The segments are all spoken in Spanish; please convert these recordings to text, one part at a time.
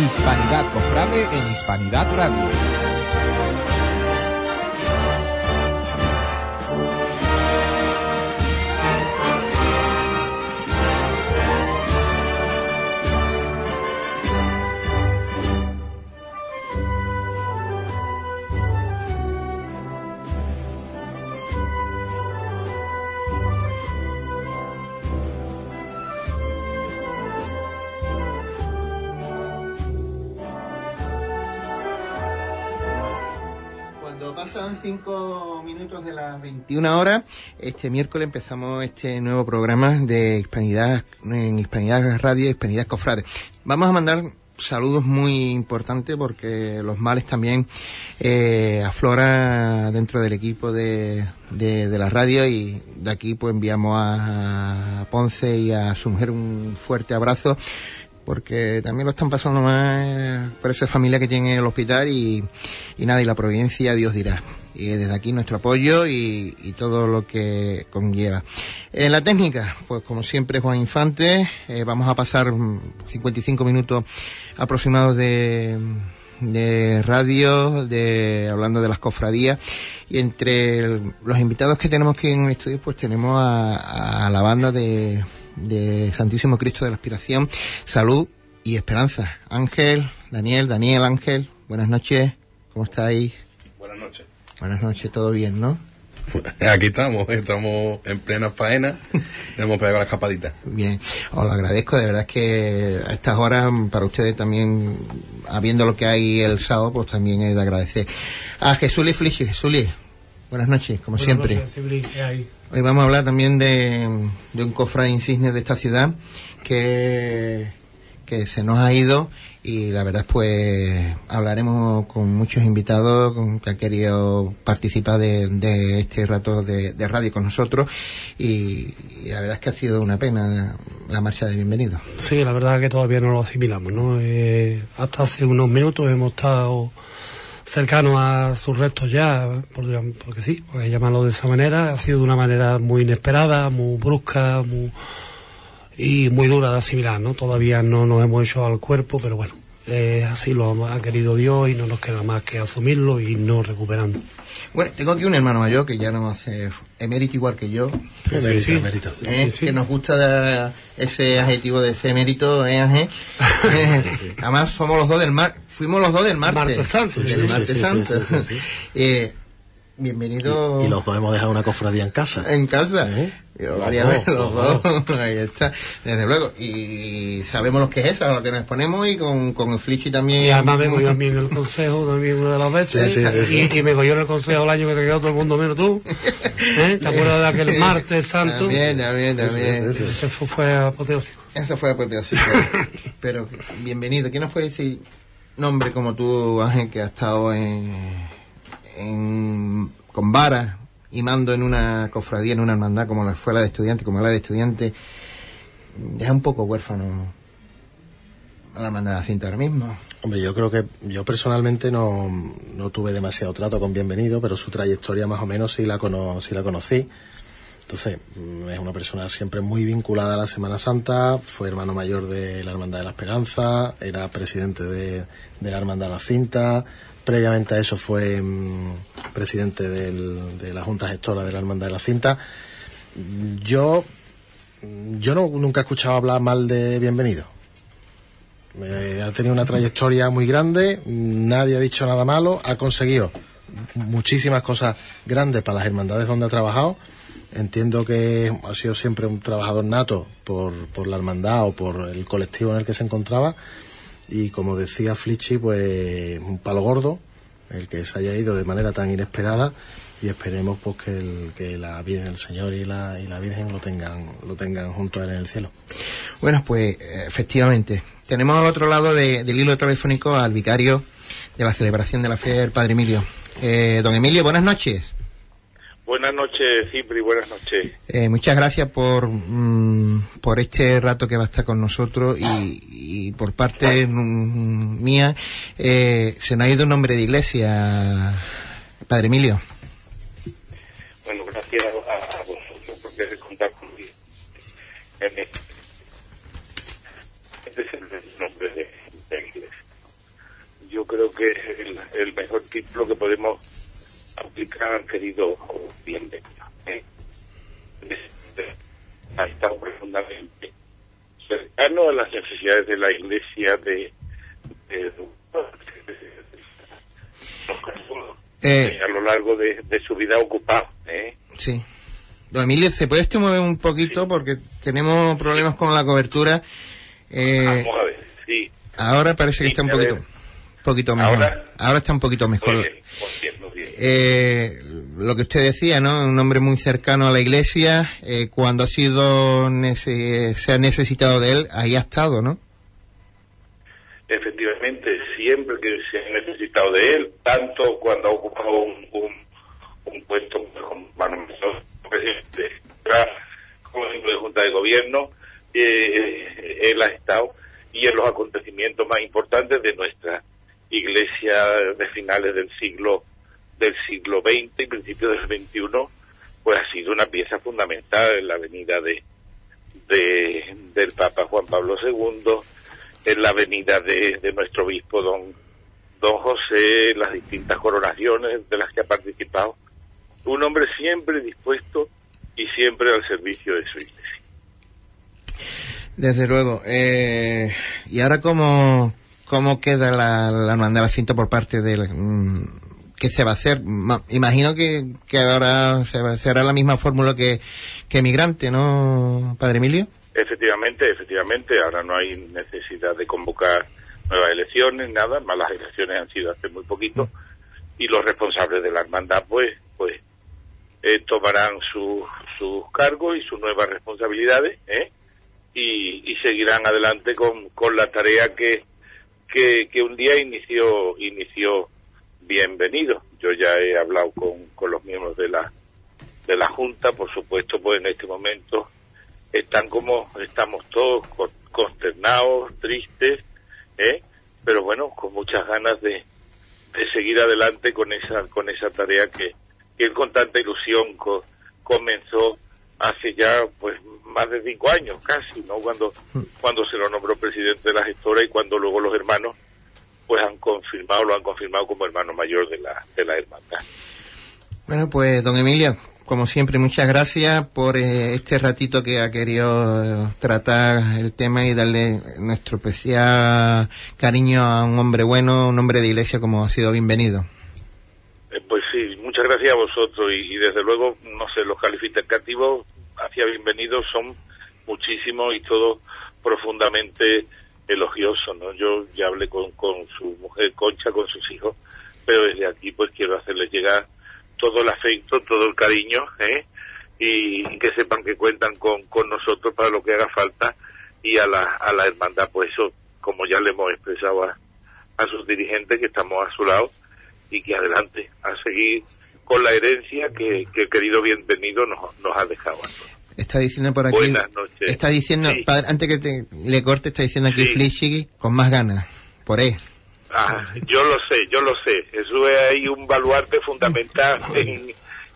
Hispanidad Cofrade en Hispanidad Radio. Pasan 5 minutos de las 21 horas. Este miércoles empezamos este nuevo programa de Hispanidad en Hispanidad Radio, Hispanidad Cofrade. Vamos a mandar saludos muy importantes porque los males también afloran dentro del equipo de la radio, y de aquí pues enviamos a Ponce y a su mujer un fuerte abrazo, porque también lo están pasando más por esa familia que tiene en el hospital y nada, y la providencia Dios dirá. Y desde aquí nuestro apoyo y todo lo que conlleva. En la técnica, pues como siempre Juan Infante, vamos a pasar 55 minutos aproximados de radio, hablando de las cofradías, y entre los invitados que tenemos aquí en el estudio pues tenemos a la banda de Santísimo Cristo de la Aspiración, Salud y Esperanza. Ángel, Daniel, Ángel, buenas noches, ¿cómo estáis? Buenas noches. Buenas noches, todo bien, ¿no? Aquí estamos en plena faena, hemos pegado las capaditas. Bien, os lo agradezco, de verdad es que a estas horas para ustedes también, habiendo lo que hay el sábado, pues también es de agradecer. A Jesús y Flichi, Jesús, buenas noches, como buenas siempre. Noches, ¿qué hay? Hoy vamos a hablar también de un cofrade insigne de esta ciudad que se nos ha ido, y la verdad pues hablaremos con muchos invitados que han querido participar de este rato de radio con nosotros, y la verdad es que ha sido una pena la marcha de bienvenido. Sí, la verdad es que todavía no lo asimilamos, ¿no? Hasta hace unos minutos hemos estado cercanos a sus restos ya, porque sí, porque llamarlo de esa manera, ha sido de una manera muy inesperada, muy brusca, y muy dura de asimilar, ¿no? Todavía no nos hemos hecho al cuerpo, pero bueno, así lo ha querido Dios y no nos queda más que asumirlo y no recuperando. Bueno, tengo aquí un hermano mayor que ya no hace emérito igual que yo. Emérito. Que nos gusta dar ese adjetivo de ese emérito, Ángel. Además somos los dos fuimos los dos del martes. Martes Santo. Bienvenido. Y los dos hemos dejado una cofradía en casa. En casa. Varias veces los dos. Ahí está. Desde luego. Y sabemos lo que es eso, lo que nos ponemos, y con el Flichi también. Y además me cogió a mí en el consejo también una de las veces. Y me cogió en el consejo el año que te quedó todo el mundo menos tú. ¿Te acuerdas de aquel martes santo? También. Eso fue apoteósico. Eso fue apoteósico. Pero bienvenido. ¿Quién nos puede decir nombre como tú, Ángel, que has estado con vara y mando en una cofradía, en una hermandad como fue la de estudiantes, como la de estudiantes, deja un poco huérfano a la hermandad de la cinta ahora mismo? Hombre, yo creo que yo personalmente no tuve demasiado trato con Bienvenido, pero su trayectoria más o menos sí la conocí. Entonces, es una persona siempre muy vinculada a la Semana Santa, fue hermano mayor de la Hermandad de la Esperanza, era presidente de la Hermandad de la Cinta. Previamente a eso fue presidente de la Junta Gestora de la Hermandad de la Cinta. Yo nunca he escuchado hablar mal de Bienvenido. Ha tenido una trayectoria muy grande, nadie ha dicho nada malo, ha conseguido muchísimas cosas grandes para las hermandades donde ha trabajado. Entiendo que ha sido siempre un trabajador nato por la hermandad o por el colectivo en el que se encontraba. Y como decía Flichi, pues un palo gordo el que se haya ido de manera tan inesperada, y esperemos pues que la Virgen del Señor y la Virgen lo tengan junto a él en el cielo. Bueno, pues efectivamente tenemos al otro lado del hilo telefónico al vicario de la celebración de la fe, el Padre Emilio. Don Emilio, buenas noches. Buenas noches, Cipri, buenas noches. Muchas gracias por este rato que va a estar con nosotros, y por parte mía, se nos ha ido un nombre de iglesia, Padre Emilio. Bueno, gracias a vosotros por querer contar conmigo. Este es el nombre de la iglesia. yo creo que es el mejor título que podemos aplicar, querido bienvenido. Ha estado profundamente cercano a las necesidades de la Iglesia a lo largo de su vida ocupada. Sí. Don Emilio, ¿se puede usted mover un poquito? Sí. Porque tenemos problemas con la cobertura. Vamos a ver, sí. Ahora parece que está un poquito mejor. Ahora está un poquito mejor. Muy bien. Lo que usted decía, ¿no? Un hombre muy cercano a la Iglesia. Cuando se ha necesitado de él, ahí ha estado, ¿no? Efectivamente, siempre que se ha necesitado de él, tanto cuando ha ocupado un puesto como presidente, como miembro de Junta de Gobierno, él ha estado, y en los acontecimientos más importantes de nuestra Iglesia de finales del siglo XX y principios del XXI, pues ha sido una pieza fundamental en la venida del Papa Juan Pablo II, en la venida de nuestro obispo don José, las distintas coronaciones de las que ha participado. Un hombre siempre dispuesto y siempre al servicio de su Iglesia. Desde luego. ¿Y ahora cómo queda la hermandad del asiento por parte del... ¿Qué se va a hacer? Imagino que ahora será la misma fórmula que Migrante, ¿no, Padre Emilio? Efectivamente, ahora no hay necesidad de convocar nuevas elecciones, nada, más las elecciones han sido hace muy poquito, y los responsables de la hermandad pues tomarán sus cargos y sus nuevas responsabilidades, y seguirán adelante con la tarea que un día inició Bienvenido. Yo ya he hablado con los miembros de la Junta, por supuesto, pues en este momento están como estamos todos, consternados, tristes, pero bueno, con muchas ganas de seguir adelante con esa tarea que él con tanta ilusión comenzó hace ya pues más de 5 años casi, ¿no? Cuando se lo nombró presidente de la gestora, y cuando luego los hermanos pues lo han confirmado como hermano mayor de la hermandad. Bueno, pues don Emilio, como siempre, muchas gracias por este ratito que ha querido tratar el tema y darle nuestro especial cariño a un hombre bueno, un hombre de Iglesia como ha sido Bienvenido. Pues sí, muchas gracias a vosotros, y desde luego, no sé, los calificativos hacia Bienvenido son muchísimos y todos profundamente elogiosos, ¿no? Yo ya hablé con su mujer Concha, con sus hijos, pero desde aquí pues quiero hacerles llegar todo el afecto, todo el cariño, y que sepan que cuentan con nosotros para lo que haga falta, y a la hermandad, pues eso, como ya le hemos expresado a sus dirigentes, que estamos a su lado, y que adelante, a seguir con la herencia que el querido Bienvenido nos ha dejado a todos. Está diciendo por aquí... Buenas noches. Está diciendo, sí. Padre, antes que le corte, está diciendo aquí, sí. Flichigui con más ganas, por él. Yo lo sé. Eso es ahí un baluarte fundamental en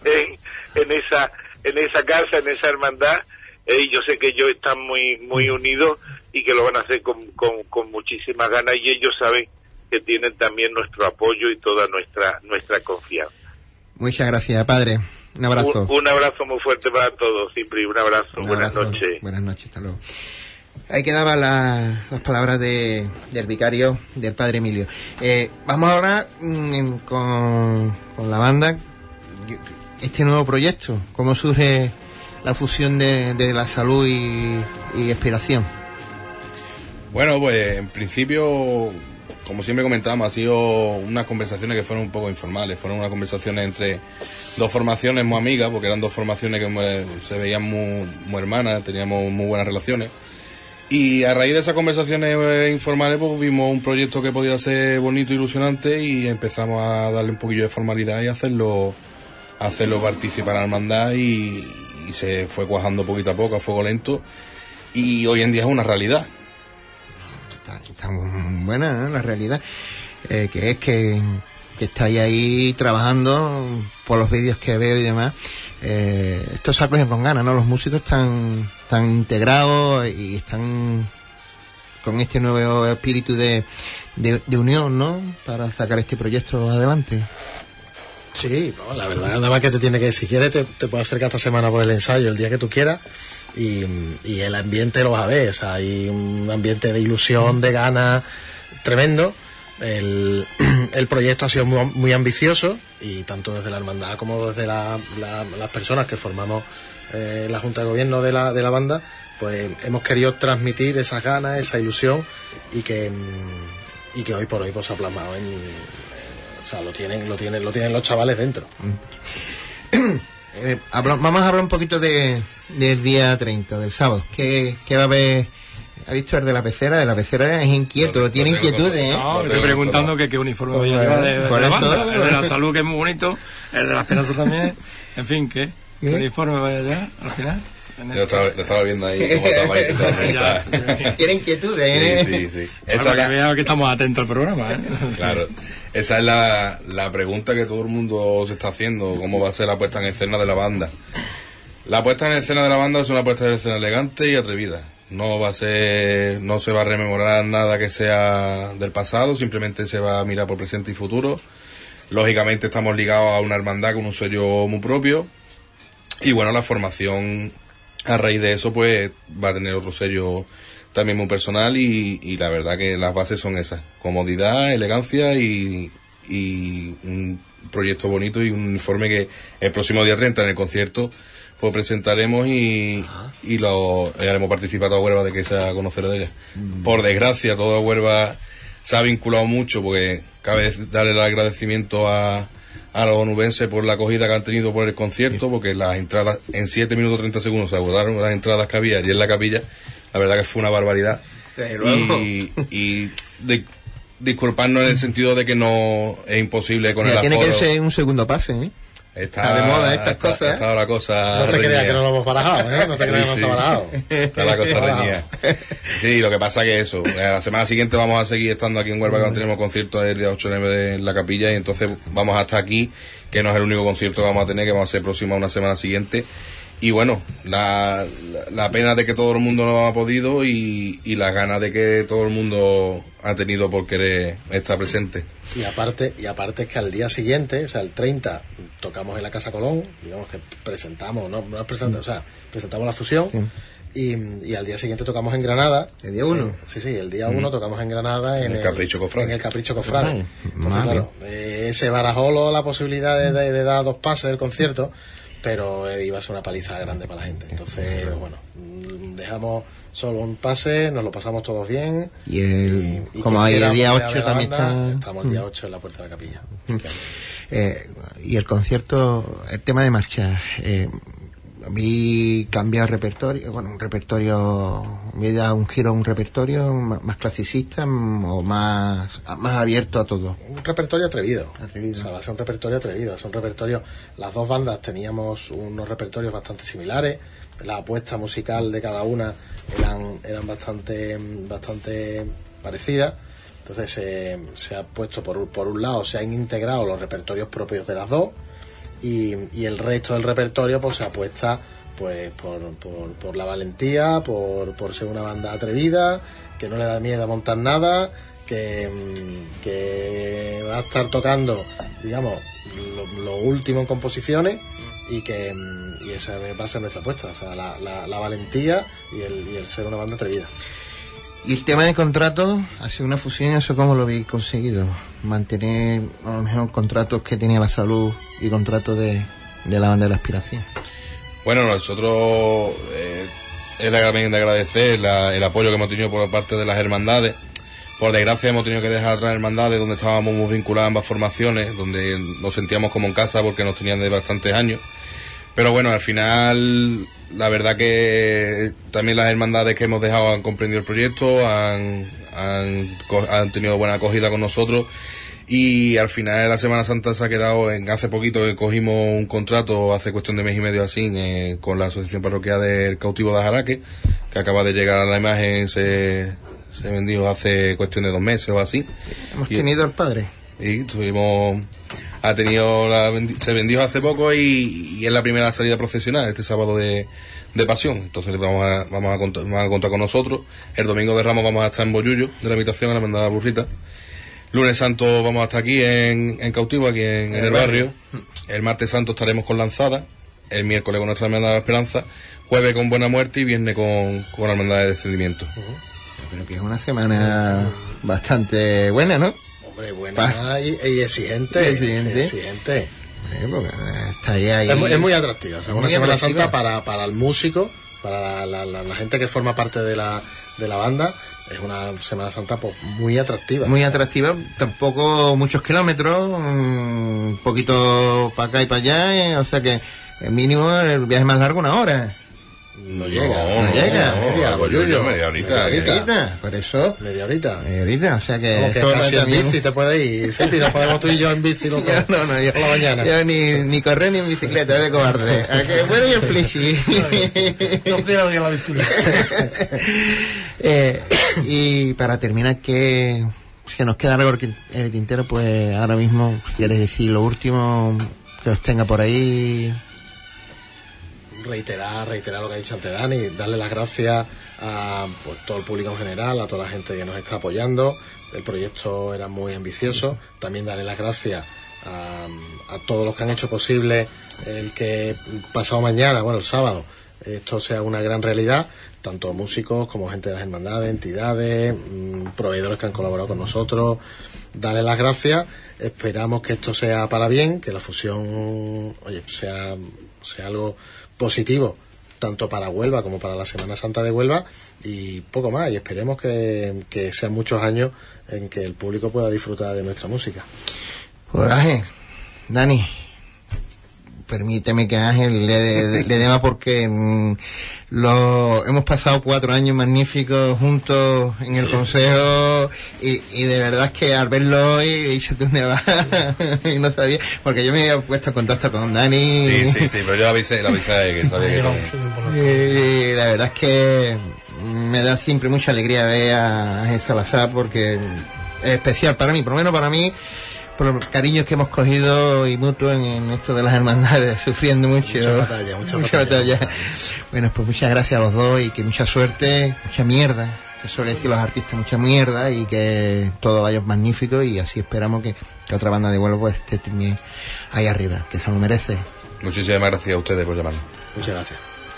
esa casa, en esa hermandad, y yo sé que ellos están muy unidos y que lo van a hacer con muchísimas ganas, y ellos saben que tienen también nuestro apoyo y toda nuestra confianza. Muchas gracias, Padre. Un abrazo. Un abrazo muy fuerte para todos, siempre. Un abrazo. Buenas noches. Buenas noches, hasta luego. Ahí quedaban las palabras del vicario, del Padre Emilio. Vamos ahora con la banda, este nuevo proyecto. ¿Cómo surge la fusión de la salud y inspiración? Bueno, pues en principio, como siempre comentábamos, ha sido unas conversaciones que fueron un poco informales. Fueron unas conversaciones entre dos formaciones muy amigas, porque eran dos formaciones que se veían muy hermanas, teníamos muy buenas relaciones. Y a raíz de esas conversaciones informales, pues vimos un proyecto que podía ser bonito, ilusionante, y empezamos a darle un poquillo de formalidad y hacerlo participar a la hermandad, y se fue cuajando poquito a poco, a fuego lento, y hoy en día es una realidad. Está muy buena, ¿no? La realidad, que es que estáis ahí trabajando por los vídeos que veo y demás. Esto se acoge con ganas, ¿no? Los músicos están integrados y están con este nuevo espíritu de de unión, ¿no? Para sacar este proyecto adelante. Sí, no, la verdad, nada más que te tiene que, si quieres, te puedes acercar esta semana por el ensayo, el día que tú quieras, y el ambiente lo vas a ver, o sea, hay un ambiente de ilusión, de ganas tremendo. El proyecto ha sido muy ambicioso, y tanto desde la hermandad como desde las personas que formamos la Junta de Gobierno de la banda, pues hemos querido transmitir esas ganas, esa ilusión, y que hoy por hoy pues se ha plasmado o sea, lo tienen los chavales dentro. Vamos a hablar un poquito del día 30, del sábado. ¿Qué va a haber? ¿Ha visto el de la pecera? De la pecera es inquieto, tiene inquietudes, ¿eh? No, estoy preguntando qué uniforme voy a llevar de la banda. El de la salud, que es muy bonito, el de la esperanza también. En fin, ¿qué uniforme voy a llevar al final? Lo estaba viendo ahí como estaba ahí. Tiene inquietudes, ¿eh? Sí. Esa que vea que estamos atentos al programa, ¿eh? Claro. Esa es la pregunta que todo el mundo se está haciendo. ¿Cómo va a ser la puesta en escena de la banda? La puesta en escena de la banda es una puesta en escena elegante y atrevida. No se va a rememorar nada que sea del pasado, simplemente se va a mirar por presente y futuro. Lógicamente estamos ligados a una hermandad con un sello muy propio. Y bueno, la formación a raíz de eso pues va a tener otro sello también muy personal, y la verdad que las bases son esas: comodidad, elegancia y un proyecto bonito y un uniforme que el próximo día 30 en el concierto pues presentaremos y lo haremos participar a toda Huelva de que sea conocedor de ella. Por desgracia, toda Huelva se ha vinculado mucho, porque cabe darle el agradecimiento a los onubenses por la acogida que han tenido por el concierto, porque las entradas en 7 minutos 30 segundos se agotaron las entradas que había allí en la capilla. La verdad que fue una barbaridad. Y disculparnos en el sentido de que no es imposible con el aforo. Tiene que ser un segundo pase, ¿eh? Está de moda estas cosas. Está la cosa. No te creas que no lo hemos barajado, ¿eh? No te creas que no lo hemos barajado. Está la cosa reñida. Sí, lo que pasa que eso. La semana siguiente vamos a seguir estando aquí en Huelva, que tenemos conciertos el día 8 de noviembre en la capilla, y entonces vamos hasta aquí, que no es el único concierto que vamos a tener, que vamos a ser próximo a una semana siguiente. Y bueno, la pena de que todo el mundo no ha podido, y las ganas de que todo el mundo ha tenido por querer estar presente. Y aparte es que al día siguiente, o sea, el 30, tocamos en la Casa Colón, digamos que presentamos la fusión, sí. Y al día siguiente tocamos en Granada. ¿El día 1? El día 1 tocamos en Granada en el Capricho Cofrade. En el Capricho Cofrade. Entonces, claro, se barajó la posibilidad de dar 2 pases del concierto, pero iba a ser una paliza grande para la gente. Entonces, bueno, dejamos solo un pase, nos lo pasamos todos bien. Y como hay el día 8 también estamos el día 8 en la puerta de la capilla. Y el concierto, el tema de marcha, vi cambiar repertorio, un repertorio, me da un giro a un repertorio más clasicista o más abierto a todo. Un repertorio atrevido. O sea, va a ser un repertorio atrevido, las dos bandas teníamos unos repertorios bastante similares, la apuesta musical de cada una eran bastante parecidas. Entonces se ha puesto por un lado, se han integrado los repertorios propios de las dos, y el resto del repertorio pues se apuesta pues por la valentía, por ser una banda atrevida, que no le da miedo a montar nada, que va a estar tocando, digamos, lo último en composiciones, y esa va a ser nuestra apuesta, o sea, la valentía y el ser una banda atrevida. Y el tema de contratos, hacer una fusión, ¿eso cómo lo habéis conseguido? Mantener a lo mejor contratos que tenía la salud y contratos de la banda de la aspiración. Bueno, nosotros es de agradecer el apoyo que hemos tenido por parte de las hermandades. Por desgracia hemos tenido que dejar atrás hermandades donde estábamos muy vinculadas a ambas formaciones, donde nos sentíamos como en casa porque nos tenían de bastantes años. Pero bueno, al final, la verdad que también las hermandades que hemos dejado han comprendido el proyecto, han tenido buena acogida con nosotros, y al final la Semana Santa se ha quedado hace poquito que cogimos un contrato, hace cuestión de mes y medio así, con la Asociación Parroquial del Cautivo de Ajaraque, que acaba de llegar a la imagen, se vendió hace cuestión de 2 meses o así. Hemos tenido al padre. Y tuvimos se vendió hace poco y es la primera salida procesional este sábado de Pasión. Entonces vamos a contar con nosotros. El domingo de Ramos vamos a estar en Bollullo de la Invitación a la Hermandad de la Burrita. Lunes Santo vamos a estar aquí en Cautivo, aquí en el barrio. El martes Santo estaremos con Lanzada. El miércoles con nuestra Hermandad de la Esperanza. Jueves con Buena Muerte y viernes con la Hermandad de Descendimiento. Pero que es una semana bastante buena, ¿no? Hombre, buena y exigente. Exigente. Está ahí. Es muy atractiva. O sea, una Semana Santa para el músico, para la gente que forma parte de la banda. Es una Semana Santa pues, muy atractiva. Muy atractiva, tampoco muchos kilómetros, un poquito para acá y para allá, o sea que el mínimo el viaje más largo 1 hora. No llega. Media horita. Por eso. Media horita. O sea que. Como que casi en bici te puedes ir. Cepi, nos podemos tú y yo en bici los dos. Yo por la mañana. Yo ni correr ni en bicicleta, de cobarde. ¿A que bueno y el flechi? No quiero ir a la bicicleta. Y para terminar, que nos queda algo el tintero, pues ahora mismo, si quieres decir lo último que os tenga por ahí. Reiterar lo que ha dicho antes Dani, darle las gracias a pues, todo el público en general, a toda la gente que nos está apoyando. El proyecto era muy ambicioso. También darle las gracias a todos los que han hecho posible el que pasado mañana, el sábado, esto sea una gran realidad, tanto músicos como gente de las hermandades, entidades, proveedores que han colaborado con nosotros. Darle las gracias, esperamos que esto sea para bien, que la fusión sea algo positivo tanto para Huelva como para la Semana Santa de Huelva y poco más, y esperemos que sean muchos años en que el público pueda disfrutar de nuestra música. Pues Ángel, Dani, permíteme que Ángel le deba porque hemos pasado 4 años magníficos juntos en el consejo y de verdad es que al verlo hoy he dicho dónde va y no sabía, porque yo me había puesto en contacto con Dani. Sí, pero yo la avisé que sabía que y la verdad es que me da siempre mucha alegría ver a Ángel Salazar porque es especial para mí, por lo menos para mí, por los cariños que hemos cogido y mutuo en esto de las hermandades, sufriendo mucho. Mucha batalla. Bueno, pues muchas gracias a los dos y que mucha suerte, mucha mierda. Se suele decir los artistas, mucha mierda y que todo vaya magnífico y así esperamos que otra banda de Huelva pues esté también ahí arriba, que se lo merece. Muchísimas gracias a ustedes por llamarnos. Muchas gracias.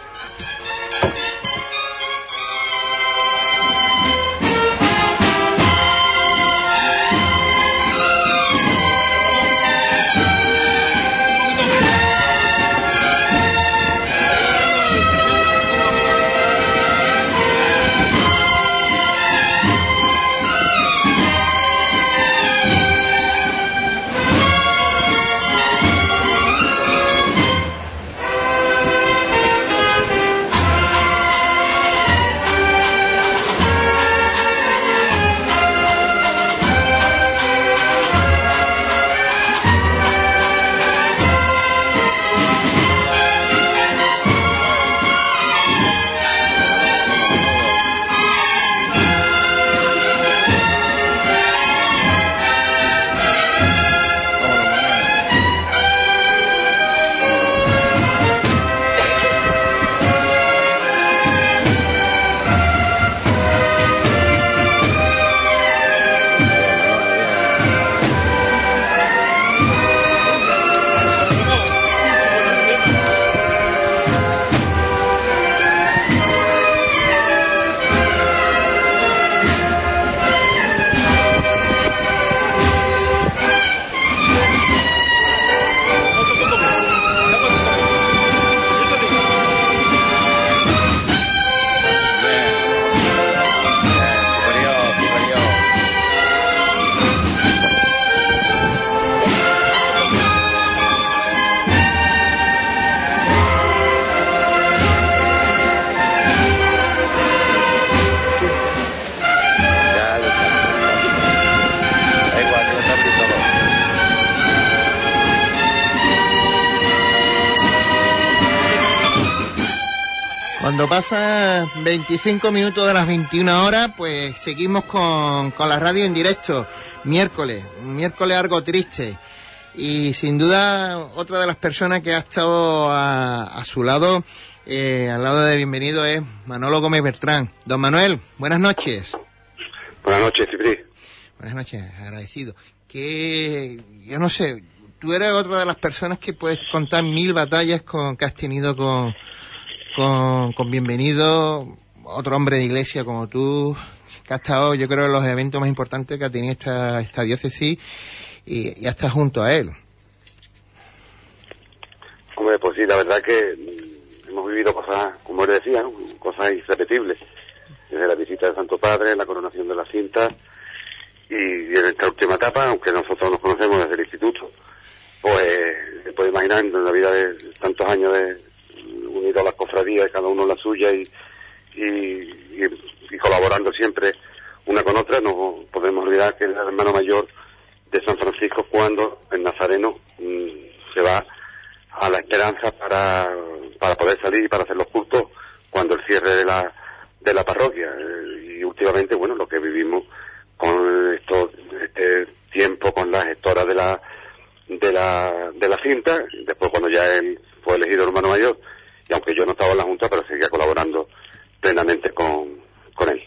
Cuando pasan 25 minutos de las 21 horas, pues seguimos con la radio en directo. Miércoles algo triste. Y sin duda, otra de las personas que ha estado a su lado, al lado de Bienvenido, es Manolo Gómez Bertrán. Don Manuel, buenas noches. Buenas noches, Cipri. Buenas noches, agradecido. Que, yo no sé, tú eres otra de las personas que puedes contar 1000 batallas que has tenido con Bienvenido, otro hombre de iglesia como tú, que ha estado, yo creo, en los eventos más importantes que ha tenido esta diócesis, y hasta junto a él. Hombre, pues sí, la verdad que hemos vivido cosas, como le decía, ¿no? Cosas irrepetibles. Desde la visita del Santo Padre, la coronación de la cinta, y en esta última etapa, aunque nosotros nos conocemos desde el instituto, pues se puede imaginar en la vida de tantos años de unido a las cofradías, cada uno la suya, y colaborando siempre una con otra, no podemos olvidar que es el hermano mayor de San Francisco cuando el nazareno se va a la Esperanza para poder salir y para hacer los cultos cuando el cierre de la parroquia. Y últimamente, bueno, lo que vivimos con este tiempo con la gestora de la cinta, después cuando ya él fue elegido hermano mayor, y aunque yo no estaba en la Junta, pero seguía colaborando plenamente con él.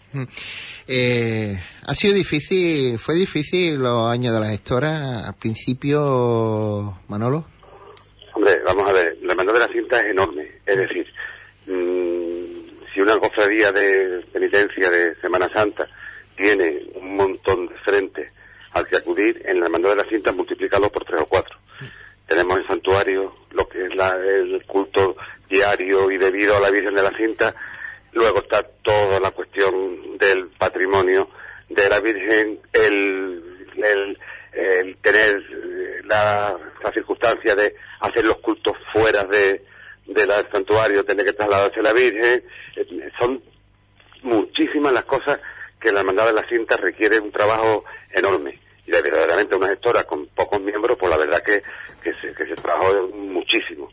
¿Fue difícil los años de la gestora al principio, Manolo? Hombre, vamos a ver, la hermandad de la cinta es enorme, es decir, si una cofradía de penitencia de Semana Santa tiene un montón de frentes al que acudir, en la hermandad de la cinta multiplícalo por 3 o 4. Tenemos el santuario, lo que es el culto diario y debido a la Virgen de la Cinta. Luego está toda la cuestión del patrimonio de la Virgen, el tener la circunstancia de hacer los cultos fuera del santuario, tener que trasladarse a la Virgen. Son muchísimas las cosas que la hermandad de la cinta requiere un trabajo enorme. Y verdaderamente una gestora con pocos miembros, pues la verdad que se trabajó muchísimo.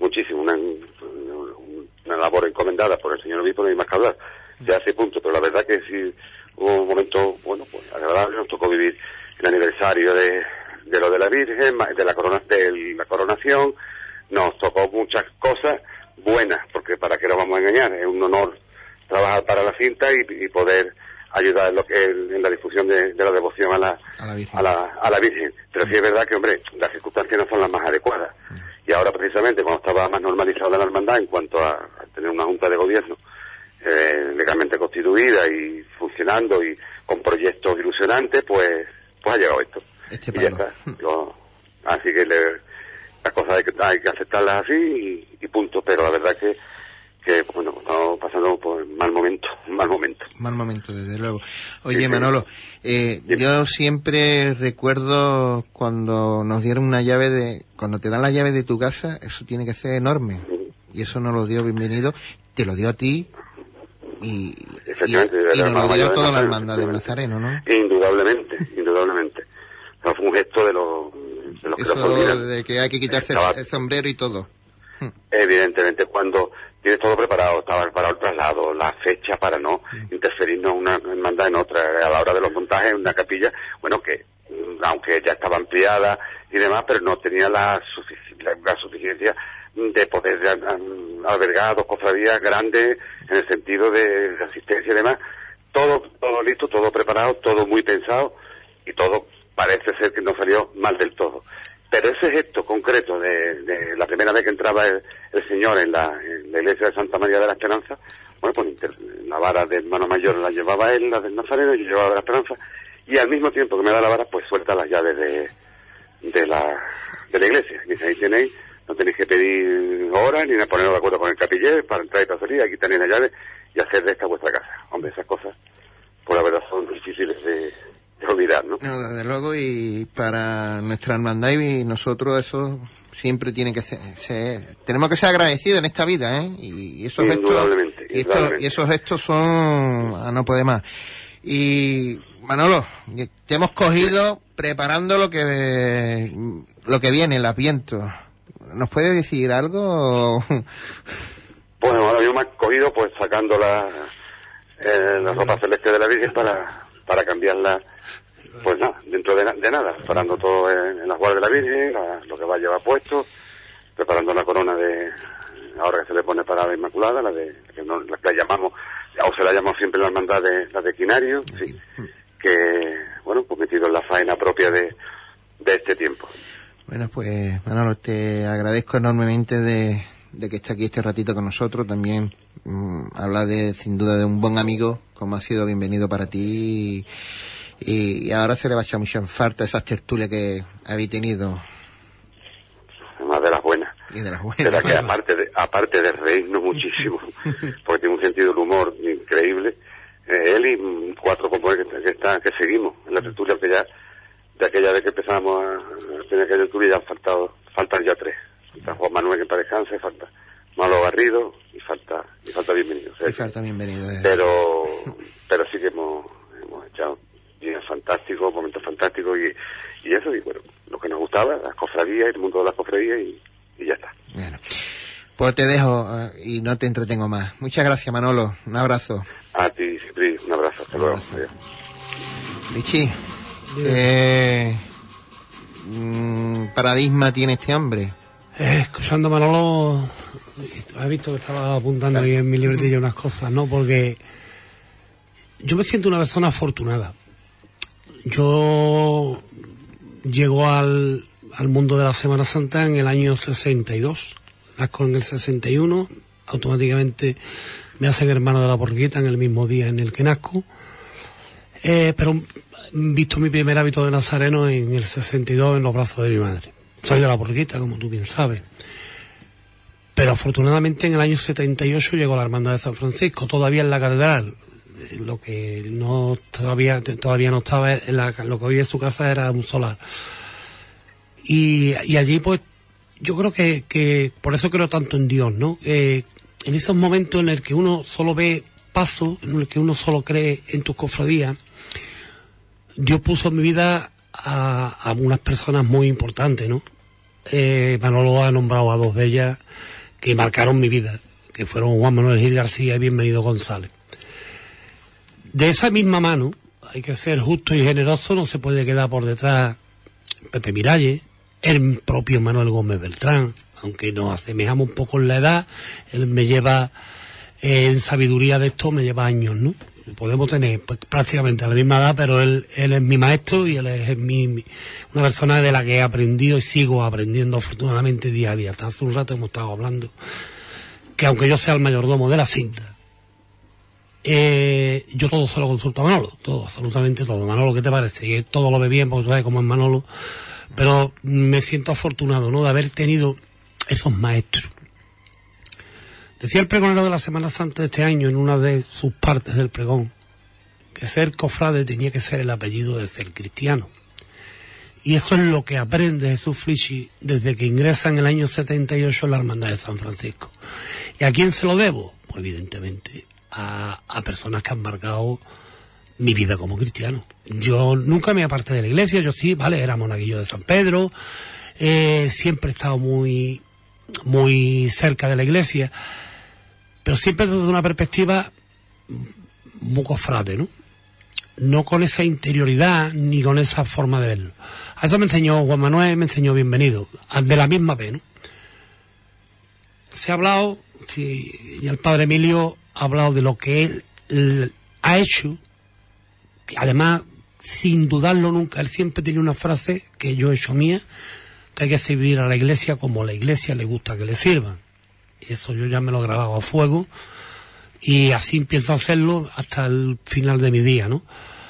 Una labor encomendada por el señor obispo, no hay más que hablar, ya hace punto, pero la verdad que sí hubo un momento, bueno, pues agradable. Nos tocó vivir el aniversario de lo de la Virgen, de la coronación, nos tocó muchas cosas buenas, porque para qué nos vamos a engañar, es un honor trabajar para la cinta y poder ayudar en la difusión de la devoción a la Virgen. Pero sí es verdad que, hombre, las circunstancias no son las más adecuadas. Y ahora, precisamente, cuando estaba más normalizada la hermandad en cuanto a tener una junta de gobierno legalmente constituida y funcionando y con proyectos ilusionantes, pues ha llegado esto. Y ya está. Así que las cosas hay que aceptarlas así y punto. Pero la verdad que bueno, estamos pasando por mal momento, desde luego. Oye, sí, Manolo, yo siempre recuerdo cuando nos dieron una cuando te dan la llave de tu casa, eso tiene que ser enorme. Y eso nos lo dio Bienvenido, te lo dio a ti y nos lo dio a toda la hermandad de Nazareno, ¿no? Indudablemente. O sea, fue un gesto de los que eso lo olvidan. De que hay que quitarse el sombrero y todo. Evidentemente, cuando tienes todo preparado, estaba preparado el traslado, la fecha para no interferirnos una hermandad en otra, a la hora de los montajes en una capilla, bueno, que aunque ya estaba ampliada y demás, pero no tenía la suficiencia de poder albergar 2 cofradías grandes en el sentido de asistencia y demás. Todo listo, todo preparado, todo muy pensado, y todo parece ser que no salió mal del todo. Pero ese gesto concreto de la primera vez que entraba el Señor en la iglesia de Santa María de la Esperanza, bueno, pues la vara del hermano mayor la llevaba él, la del Nazareno, y yo llevaba de la Esperanza, y al mismo tiempo que me da la vara, pues suelta las llaves de la iglesia. Y dice, ahí tenéis, no tenéis que pedir horas, ni poneros de acuerdo con el capiller para entrar y para salir, aquí tenéis la llave y hacer de esta vuestra casa. Hombre, esas cosas, por la verdad, son difíciles de olvidar, ¿no? No, desde luego, y para nuestra hermandad y nosotros eso siempre tiene que ser tenemos que ser agradecidos en esta vida, ¿eh? Y esos gestos son a no poder más. Y Manolo, te hemos cogido preparando lo que viene, el Adviento. ¿Nos puedes decir algo? Bueno, ahora yo me he cogido pues sacando la ropa celeste de la Virgen para cambiarla pues nada, dentro de nada, preparando todo en las guardas de la Virgen, lo que va a llevar puesto, preparando la corona ahora que se le pone para la Inmaculada, la que llamamos, o se la llamamos siempre la hermandad la de Quinario, sí, que, bueno, pues metido en la faena propia de este tiempo. Bueno, pues Manolo, te agradezco enormemente de que esté aquí este ratito con nosotros. También habla sin duda de un buen amigo, como ha sido bienvenido para ti, y ahora se le va a echar mucho en falta esas tertulias que habéis tenido. Además de las buenas. Y de las buenas. De las que aparte de reírnos muchísimo, porque tiene un sentido del humor increíble. Él y 4 compañeros que seguimos en la tertulia, que ya de aquella vez que empezamos a tener aquella tertulia ya faltan ya 3. Falta Juan Manuel, que para descanse, falta Malo Garrido y falta Bienvenido. O sea, falta Bienvenido. Pero sí que hemos echado días fantásticos, momentos fantásticos y eso, y bueno, lo que nos gustaba, las cofradías, el mundo de las cofradías y ya está. Bueno, pues te dejo y no te entretengo más. Muchas gracias, Manolo. Un abrazo. A ti, Cipri, un abrazo. Hasta luego. Lichi, paradigma tiene este hombre. Escuchando a Manolo, has visto que estaba apuntando ahí en mi libretilla unas cosas, ¿no? Porque yo me siento una persona afortunada. Yo llego al mundo de la Semana Santa en el año 62. Nazco en el 61, automáticamente me hacen hermano de la Porquita en el mismo día en el que nazco. Pero visto mi primer hábito de nazareno en el 62 en los brazos de mi madre. Soy de la Porquita, como tú bien sabes. Pero afortunadamente en el año 78 llegó la Hermandad de San Francisco, todavía en la catedral. Lo que no todavía no estaba, lo que hoy es su casa era un solar. Y allí pues yo creo que por eso creo tanto en Dios, ¿no? En esos momentos en el que uno solo ve pasos, en el que uno solo cree en tus cofradías, Dios puso en mi vida a unas personas muy importantes, ¿no? Manolo ha nombrado a 2 de ellas que marcaron mi vida, que fueron Juan Manuel Gil García y Bienvenido González. De esa misma mano, hay que ser justo y generoso, no se puede quedar por detrás Pepe Miralles, el propio Manuel Gómez Beltrán, aunque nos asemejamos un poco en la edad, él me lleva, en sabiduría de esto, me lleva años, ¿no? Podemos tener pues, prácticamente la misma edad, pero él es mi maestro y él es una persona de la que he aprendido y sigo aprendiendo afortunadamente día a día. Hasta hace un rato hemos estado hablando que aunque yo sea el mayordomo de la cinta, yo todo se lo consulto a Manolo, todo, absolutamente todo. Manolo, ¿qué te parece? Y todo lo ve bien porque tú sabes cómo es Manolo, pero me siento afortunado, ¿no?, de haber tenido esos maestros. Decía el pregonero de la Semana Santa de este año en una de sus partes del pregón que ser cofrade tenía que ser el apellido de ser cristiano. Y eso es lo que aprende Jesús Flichi desde que ingresa en el año 78 en la Hermandad de San Francisco. ¿Y a quién se lo debo? Pues evidentemente a personas que han marcado mi vida como cristiano. Yo nunca me aparté de la iglesia, yo sí, vale, era monaguillo de San Pedro, siempre he estado muy cerca de la iglesia, pero siempre desde una perspectiva muy cofrade, ¿no? No con esa interioridad ni con esa forma de verlo. A eso me enseñó Juan Manuel, me enseñó Bienvenido, de la misma vez, ¿no? Se ha hablado, sí, y el padre Emilio ha hablado de lo que él ha hecho, que además, sin dudarlo nunca, él siempre tiene una frase que yo he hecho mía, que hay que servir a la iglesia como a la iglesia le gusta que le sirvan. Eso yo ya me lo he grabado a fuego y así empiezo a hacerlo hasta el final de mi día, ¿no?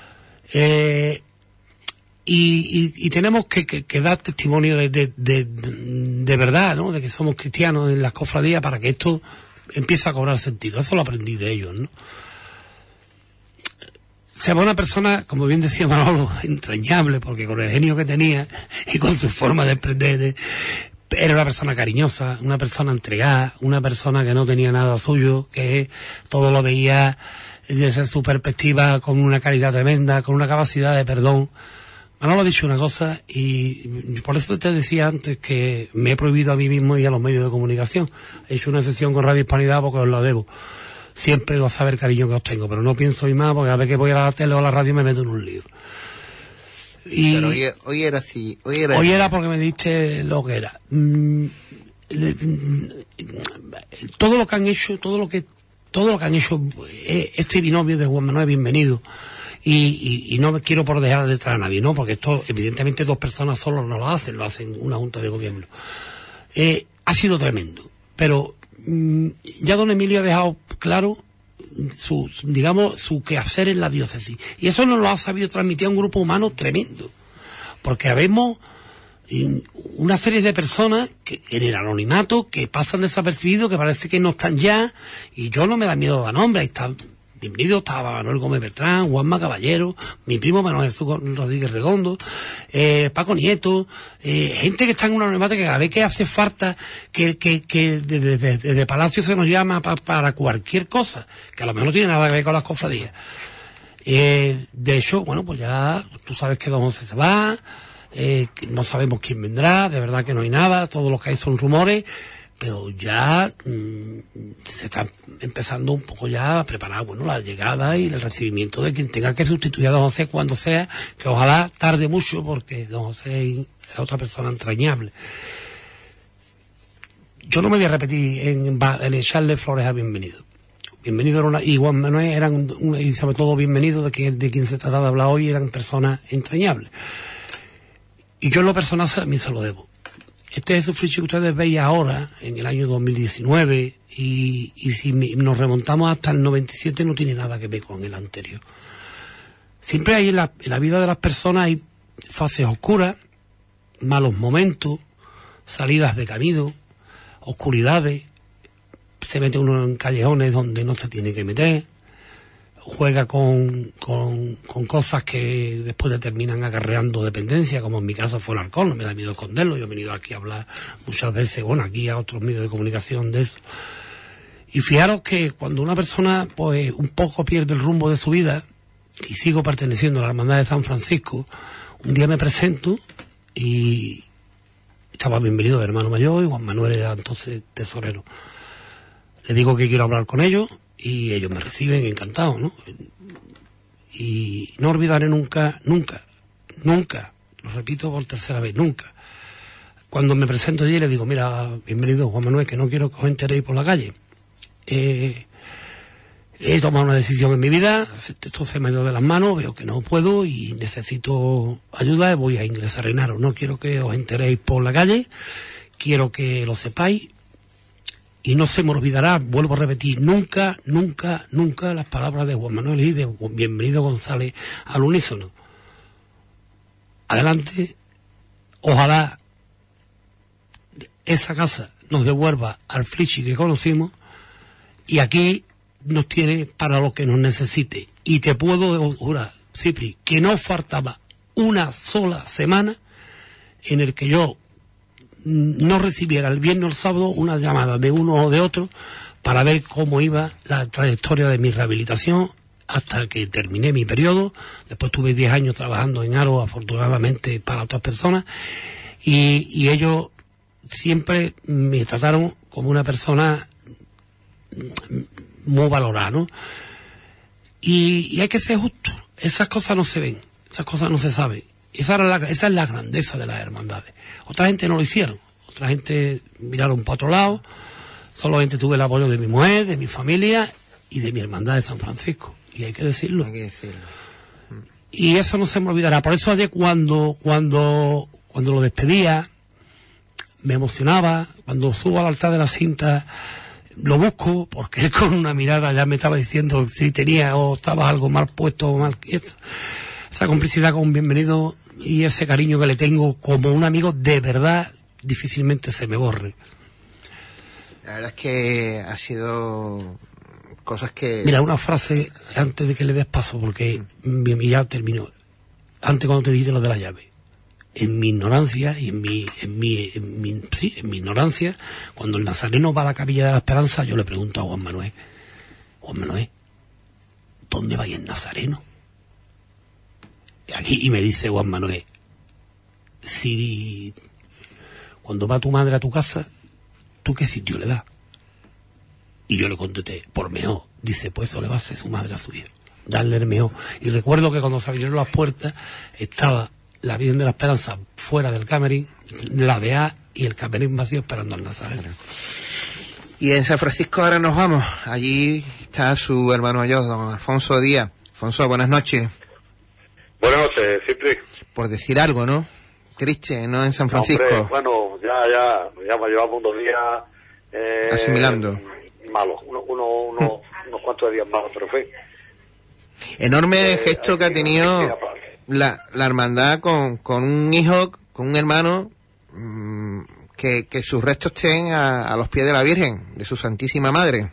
Y tenemos que dar testimonio de verdad, ¿no?, de que somos cristianos en las cofradías para que esto empiece a cobrar sentido. Eso lo aprendí de ellos, ¿no? Se llama una persona, como bien decía Manolo, entrañable, porque con el genio que tenía y con su forma de emprender, era una persona cariñosa, una persona entregada, una persona que no tenía nada suyo, que todo lo veía desde su perspectiva con una caridad tremenda, con una capacidad de perdón. Manolo ha dicho una cosa y por eso te decía antes que me he prohibido a mí mismo y a los medios de comunicación. He hecho una sesión con Radio Hispanidad porque os la debo. Siempre os saber el cariño que os tengo, pero no pienso ir más porque a ver que voy a la tele o a la radio me meto en un lío. Pero hoy era así. Hoy era porque me diste lo que era. Todo lo que han hecho, este binomio de Juan Manuel Bienvenido, y no me quiero por dejar detrás a nadie, ¿no? Porque esto, evidentemente, 2 personas solo no lo hacen una junta de gobierno. Ha sido tremendo. Pero ya don Emilio ha dejado claro su quehacer en la diócesis. Y eso nos lo ha sabido transmitir a un grupo humano tremendo. Porque habemos una serie de personas que en el anonimato, que pasan desapercibidos, que parece que no están ya, y yo no me da miedo a nombre. Ahí está Bienvenido, estaba Manuel Gómez Bertrán, Juanma Caballero, mi primo Manuel Jesús Rodríguez Redondo, Paco Nieto, gente que está en un anonimato, que cada vez que hace falta que desde Palacio se nos llama para cualquier cosa, que a lo mejor no tiene nada que ver con las cofradías. De hecho, bueno, pues ya tú sabes que don José se va, que no sabemos quién vendrá, de verdad que no hay nada, todo lo que hay son rumores, pero ya se está empezando un poco ya a preparar, bueno, la llegada y el recibimiento de quien tenga que sustituir a don José cuando sea, que ojalá tarde mucho, porque don José es otra persona entrañable. Yo no me voy a repetir en echarle flores a Bienvenido. Bienvenido y Juan Manuel y sobre todo Bienvenido, de quien se trata de hablar hoy, eran personas entrañables. Y yo en lo personal a mí se lo debo. Este Jesucristo que ustedes veis ahora, en el año 2019, y si nos remontamos hasta el 97, no tiene nada que ver con el anterior. Siempre hay en la vida de las personas hay fases oscuras, malos momentos, salidas de camino, oscuridades, se mete uno en callejones donde no se tiene que meter, juega con cosas que después te terminan acarreando dependencia, como en mi caso fue el alcohol. No me da miedo esconderlo, yo he venido aquí a hablar muchas veces, bueno, aquí a otros medios de comunicación de eso. Y fijaros que cuando una persona pues un poco pierde el rumbo de su vida, y sigo perteneciendo a la Hermandad de San Francisco, un día me presento y estaba Bienvenido de hermano mayor y Juan Manuel era entonces tesorero. Le digo que quiero hablar con ellos y ellos me reciben encantados, ¿no? Y no olvidaré nunca, lo repito por tercera vez, nunca. Cuando me presento allí le digo, mira, Bienvenido Juan Manuel, que no quiero que os enteréis por la calle. He tomado una decisión en mi vida, esto se me dio de las manos, veo que no puedo y necesito ayuda, voy a ingresar en Aro. No quiero que os enteréis por la calle, quiero que lo sepáis. Y no se me olvidará, vuelvo a repetir, nunca las palabras de Juan Manuel y de Bienvenido González al unísono. Adelante, ojalá esa casa nos devuelva al Flichi que conocimos y aquí nos tiene para lo que nos necesite. Y te puedo jurar, Cipri, que no faltaba una sola semana en el que yo no recibiera el viernes o el sábado una llamada de uno o de otro para ver cómo iba la trayectoria de mi rehabilitación hasta que terminé mi periodo. Después tuve 10 años trabajando en Aro, afortunadamente para otras personas, y ellos siempre me trataron como una persona muy valorada, ¿no? Y hay que ser justo. Esas cosas no se ven, esas cosas no se saben. Esa es la grandeza de las hermandades. Otra gente no lo hicieron, otra gente miraron para otro lado. Solamente tuve el apoyo de mi mujer, de mi familia y de mi hermandad de San Francisco. Y hay que decirlo. Y eso no se me olvidará. Por eso ayer cuando lo despedía, me emocionaba. Cuando subo al altar de la cinta, lo busco, porque con una mirada ya me estaba diciendo si tenía o estaba algo mal puesto o mal quieto. Esa complicidad con Bienvenido y ese cariño que le tengo como un amigo, de verdad, difícilmente se me borre. La verdad es que ha sido cosas que... Mira, una frase antes de que le des paso, porque ya termino. Antes, cuando te dije lo de la llave, en mi ignorancia y en mi ignorancia, cuando el nazareno va a la Capilla de la Esperanza, yo le pregunto a Juan Manuel, ¿dónde va a ir el nazareno? Y me dice Juan Manuel, si cuando va tu madre a tu casa, ¿tú qué sitio le das? Y yo le contesté, por mejor. Dice, pues eso le va a hacer su madre a su hijo, darle el mejor. Y recuerdo que cuando se abrieron las puertas estaba la Virgen de la Esperanza fuera del camerín, la DEA y el camerín vacío esperando al Nazareno. Y en San Francisco ahora nos vamos. Allí está su hermano mayor, don Alfonso Díaz. Alfonso, buenas noches. Buenas noches, Cipri. Por decir algo, ¿no? Triste, ¿no? En San Francisco. Hombre, bueno, ya me llevamos 2 días... asimilando. Malos, unos cuantos días malos, pero fue. Enorme gesto que ha tenido la hermandad con un hijo, con un hermano, que sus restos estén a los pies de la Virgen, de su Santísima Madre.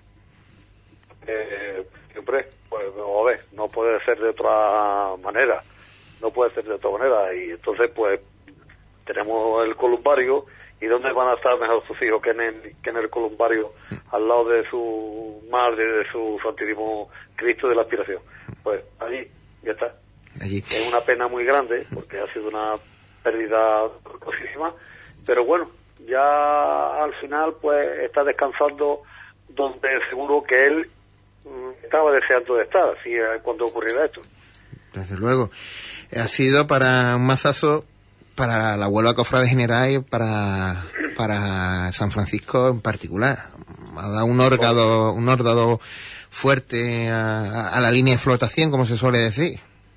Siempre, pues, a ver, no puede ser de otra manera. Y entonces, pues, tenemos el columbario. ¿Y dónde van a estar mejor sus hijos que en el columbario, al lado de su madre, de su Santísimo Cristo de la Aspiración? Pues allí, ya está. Allí. Es una pena muy grande, porque ha sido una pérdida cosísima, pero bueno, ya al final pues está descansando donde seguro que él estaba deseando de estar, así cuando ocurriera esto. Desde luego. Ha sido para un mazazo para la Huelva Cofrade General y para San Francisco en particular. Ha dado un órdado fuerte a la línea de flotación, como se suele decir.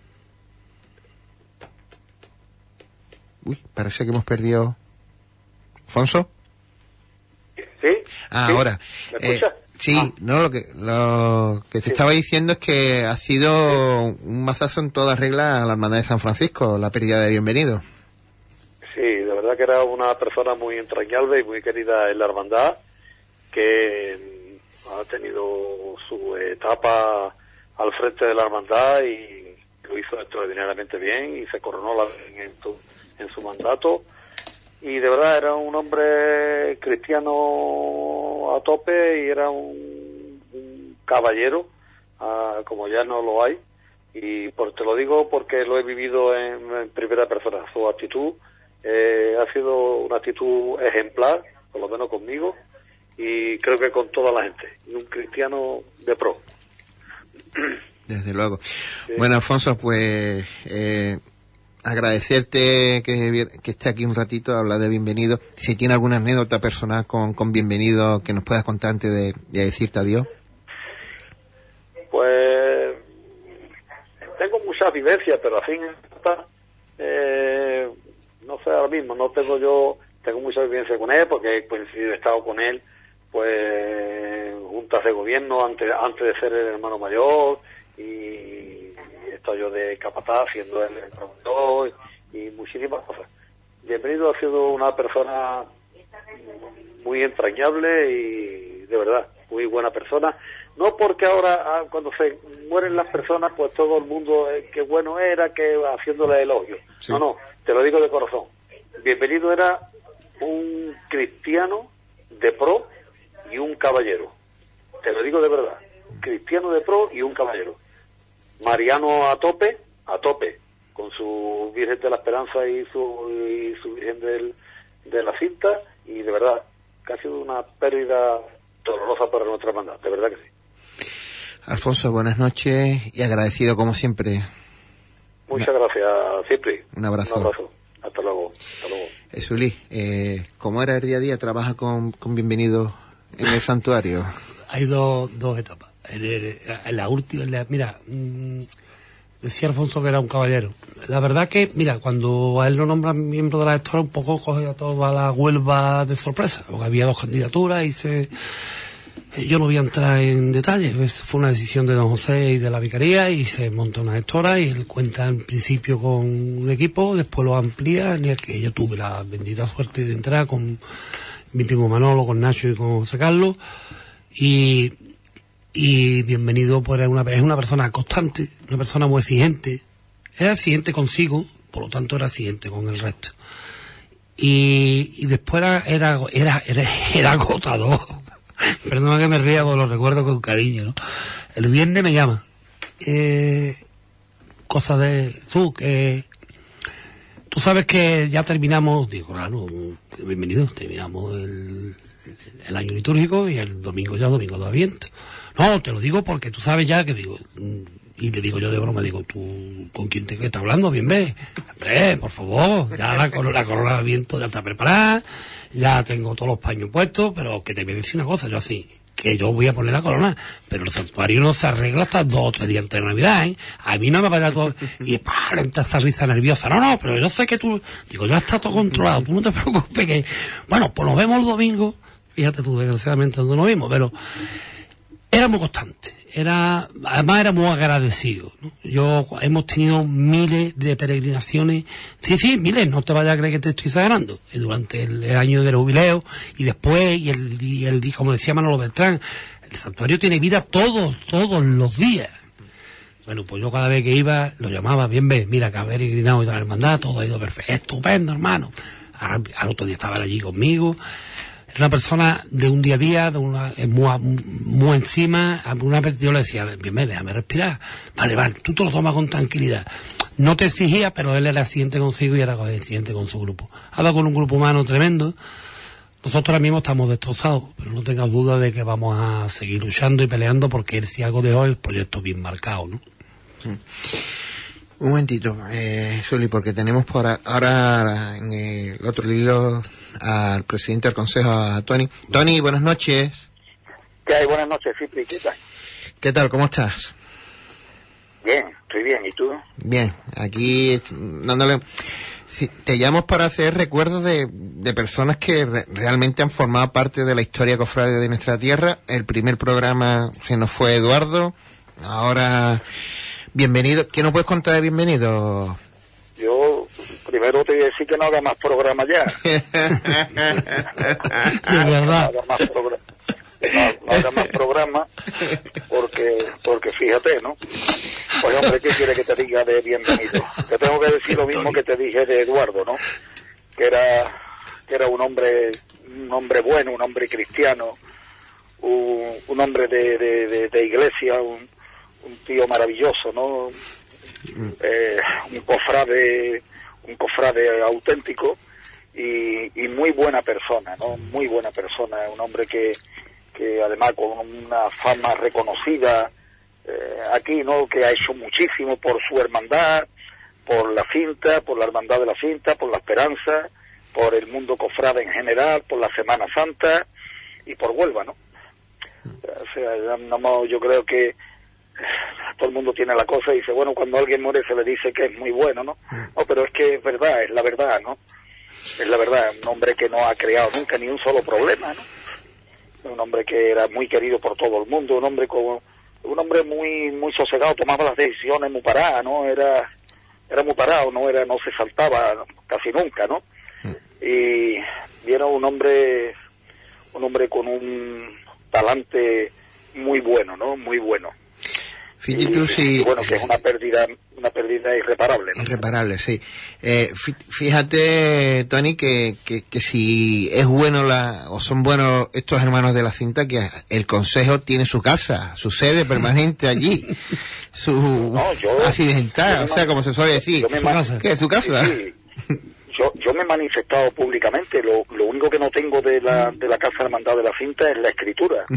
Uy, parece que hemos perdido... ¿Alfonso? ¿Sí? Ahora. ¿Me escuchas? Sí, no, lo que te estaba diciendo es que ha sido un mazazo en toda regla a la Hermandad de San Francisco, la pérdida de Bienvenido. Sí, de verdad que era una persona muy entrañable y muy querida en la hermandad, que ha tenido su etapa al frente de la hermandad y lo hizo extraordinariamente bien y se coronó en su mandato. Y de verdad era un hombre cristiano a tope y era un caballero, como ya no lo hay. Y te lo digo porque lo he vivido en primera persona. Su actitud ha sido una actitud ejemplar, por lo menos conmigo, y creo que con toda la gente. Y un cristiano de pro. Desde luego. Sí. Bueno, Alfonso, pues agradecerte que esté aquí un ratito a hablar de Bienvenido. Si tiene alguna anécdota personal con Bienvenido que nos puedas contar antes de decirte adiós. Pues tengo muchas vivencias, pero a fin no sé, ahora mismo tengo mucha vivencia con él porque he coincidido, he estado con él pues juntas de gobierno antes de ser el hermano mayor, y he estado yo de capataz siendo el promotor y muchísimas cosas. Bienvenido, ha sido una persona muy entrañable y de verdad muy buena persona. No porque ahora cuando se mueren las personas pues todo el mundo qué bueno era, que haciéndole elogio. Sí. No, te lo digo de corazón. Bienvenido era un cristiano de pro y un caballero. Te lo digo de verdad. Cristiano de pro y un caballero. Mariano a tope, con su Virgen de la Esperanza y su Virgen de la Cinta, y de verdad que ha sido una pérdida dolorosa para nuestra hermandad, de verdad que sí. Alfonso, buenas noches y agradecido como siempre. Muchas gracias, Cipri. Un abrazo. Un abrazo. Hasta luego. Zulí, ¿cómo era el día a día? ¿Trabaja con Bienvenido en el santuario? Hay dos etapas. En la última, mira, decía Alfonso que era un caballero. La verdad que, mira, cuando a él lo nombran miembro de la gestora, un poco coge a toda la Huelva de sorpresa, porque había 2 candidaturas y yo no voy a entrar en detalles, fue una decisión de don José y de la vicaría y se monta una gestora y él cuenta en principio con un equipo, después lo amplía, en el que yo tuve la bendita suerte de entrar con mi primo Manolo, con Nacho y con José Carlos, y Bienvenido pues es una persona constante, una persona muy exigente, era exigente consigo, por lo tanto era exigente con el resto, y después era agotador. Perdona que me ría, porque lo recuerdo con cariño, ¿no? El viernes me llama. Cosa de... Tú sabes que ya terminamos... Digo, claro, Bienvenido. Terminamos el año litúrgico y el domingo de Adviento. No, te lo digo porque tú sabes ya que digo... Y le digo yo de broma, digo, ¿tú con quién te estás hablando? Bien, ve. Hombre, por favor, ya la corona de viento ya está preparada, ya tengo todos los paños puestos, pero que te voy a decir una cosa, yo así, que yo voy a poner la corona, pero el santuario no se arregla hasta 2 o 3 días antes de Navidad, ¿eh? A mí no me vaya todo, y entra esta risa nerviosa, no, pero yo sé que tú, digo, ya está todo controlado, tú no te preocupes, que, bueno, pues nos vemos el domingo, fíjate tú, desgraciadamente, donde nos vimos, pero era muy constante. Además era muy agradecido, ¿no? Hemos tenido miles de peregrinaciones, sí, miles, no te vayas a creer que te estoy exagerando, durante el año del jubileo y después, y el como decía Manolo Beltrán, el santuario tiene vida todos los días. Bueno, pues yo cada vez que iba lo llamaba, bien ve, mira que haber peregrinado y la hermandad, todo ha ido perfecto, estupendo, hermano. Al otro día estaba allí conmigo. Una persona de un día a día, muy encima. Una vez yo le decía, bien, déjame respirar. Vale, tú te lo tomas con tranquilidad. No te exigía, pero él era exigente consigo y era exigente con su grupo. Ha dado con un grupo humano tremendo. Nosotros ahora mismo estamos destrozados, pero no tengas duda de que vamos a seguir luchando y peleando porque si algo dejó el proyecto bien marcado, ¿no? Sí. Un momentito, Suli, porque tenemos por ahora en el otro hilo al presidente del Consejo, a Tony. Tony, buenas noches. ¿Qué hay? Buenas noches, Cipri, ¿qué tal? ¿Qué tal? ¿Cómo estás? Bien, estoy bien, ¿y tú? Bien, aquí dándole... Sí, te llamo para hacer recuerdos de personas que realmente han formado parte de la historia cofrade de nuestra tierra. El primer programa se nos fue Eduardo, ahora... Bienvenido. ¿Qué nos puedes contar de Bienvenido? Yo primero te voy a decir que no haga más programas ya. Es verdad. No haga más programas porque fíjate, ¿no? Pues hombre, ¿qué quiere que te diga de Bienvenido? Te tengo que decir lo mismo que te dije de Eduardo, ¿no? Que era un hombre bueno, un hombre cristiano, un hombre de iglesia, un tío maravilloso, ¿no? Un cofrade auténtico y muy buena persona, ¿no? Muy buena persona, un hombre que además con una fama reconocida aquí, ¿no? Que ha hecho muchísimo por su hermandad, por la cinta, por la hermandad de la cinta, por la esperanza, por el mundo cofrade en general, por la Semana Santa y por Huelva, ¿no? O sea, yo creo que todo el mundo tiene la cosa y dice, bueno, cuando alguien muere se le dice que es muy bueno, ¿no? No, pero es que es verdad, es la verdad, ¿no? Es la verdad, un hombre que no ha creado nunca ni un solo problema, ¿no? Un hombre que era muy querido por todo el mundo, un hombre muy sosegado, tomaba las decisiones muy paradas, ¿no? Era muy parado, no se saltaba casi nunca, ¿no? Y era un hombre con un talante muy bueno, ¿no? Muy bueno. Y bueno, que es una pérdida irreparable, ¿no? Irreparable, sí. Fíjate, Tony, que si es bueno o son buenos estos hermanos de la cinta, que el Consejo tiene su casa, su sede permanente allí, accidental, o sea, como se suele decir. ¿Qué es su casa? Sí. Yo me he manifestado públicamente, lo único que no tengo de la Casa Hermandad de la Cinta es la escritura.